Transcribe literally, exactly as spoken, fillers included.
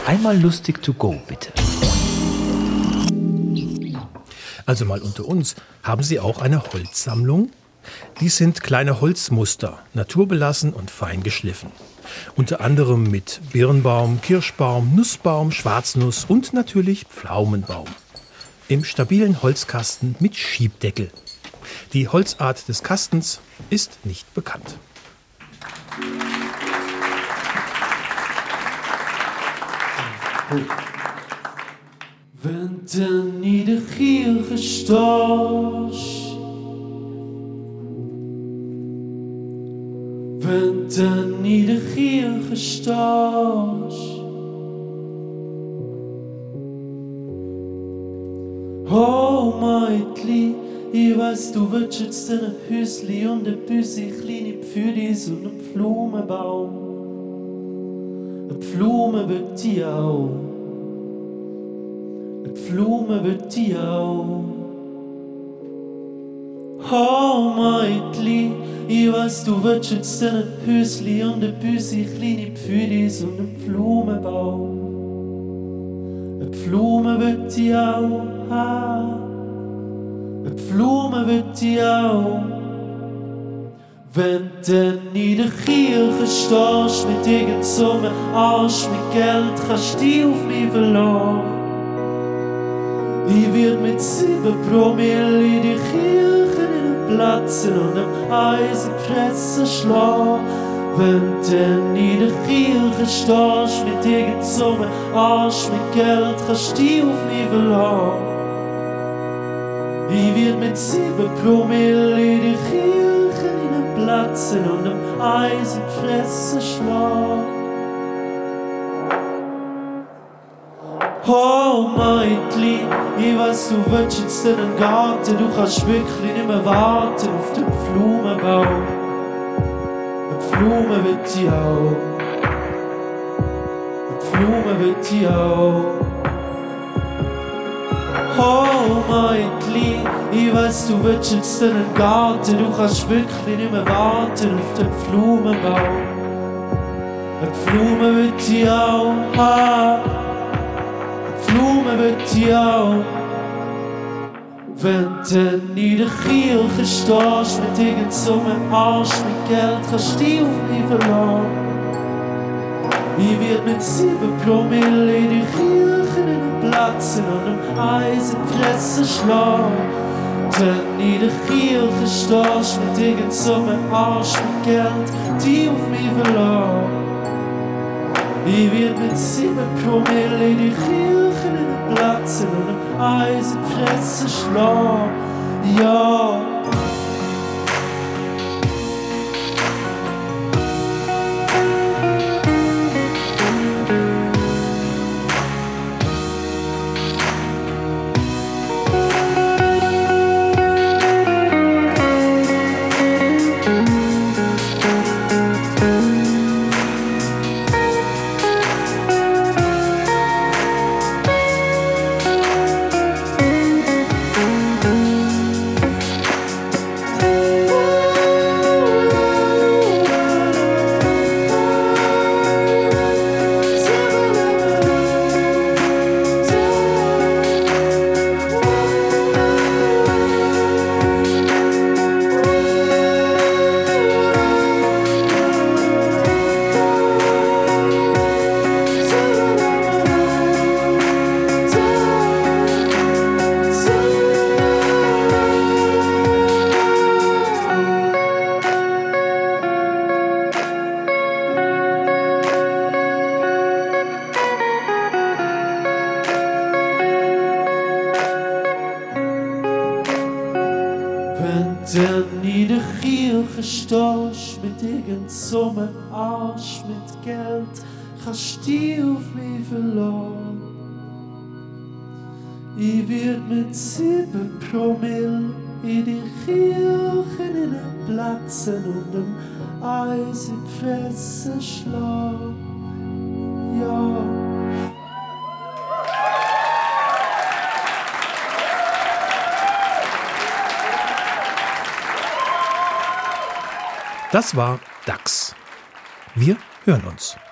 Einmal lustig to go, bitte. Also mal unter uns, haben Sie auch eine Holzsammlung? Dies sind kleine Holzmuster, naturbelassen und fein geschliffen. Unter anderem mit Birnbaum, Kirschbaum, Nussbaum, Schwarznuss und natürlich Pflaumenbaum. Im stabilen Holzkasten mit Schiebdeckel. Die Holzart des Kastens ist nicht bekannt. Wenn du in der Kirche stehst, wenn du in der Kirche stehst, oh Mädli, ich weiß, du willst jetzt ein Häusli und ein Büsi, kleine Pfüdis und ein Blumenbaum. Eine Blume wird die auch. Eine Blume wird die auch. Oh Mädli, ich weiß, du willst jetzt ein Häusli und ein Büsi, kleine Pfüdis und ein Blumenbaum. Eine Blume wird die auch haben. Eine Blume wird die auch. Wenn du in der Kirche stehst, mit irgend so einem Arsch mit Geld, kannst du dich auf mich verlassen. Ich werd mit sieben Promille in die Kirche in platzen und am Eisenpressen schlagen. Wenn du in der Kirche stehst, mit irgend so einem Arsch mit Geld, kannst du dich auf mich verlassen. Ich werd mit sieben Promille in die Kirche in platzen und am Eisenpressen schlagen. Oh Mädli, ich weiß, du willst jetzt in den Garten, du kannst wirklich nicht mehr warten auf den Blumenbaum. Eine Blume wird die auch. Eine Blume wird die auch. Oh Mädli, ich weiß, du willst jetzt in den Garten, du kannst wirklich nicht mehr warten auf den Blumenbaum. Eine Blume wird die auch haben. Blume wird die auch. Wenn du in der Kirche stehst, mit irgend so einem Arsch mit Geld, kannst du dich auf mich verlassen. Ich werd mit sieben Promille in die Kirche in platzen und am Eisenpressen schlagen. Wenn in der Kirche stehst, mit irgend so einem Arsch mit Geld, dich auf mich verlassen. Ich werd mit sieben Promille in die Kirche in platzen und am Eisenpressen schlagen. Ja. Wenn du in der Kirche stehst, mit irgend so einem Arsch mit Geld, kannst du dich auf mich verlassen. Ich werd mit sieben Promille in die Kirche in platzen und am Eis in die Fresse schlagen. Ja. Das war Dachs. Wir hören uns.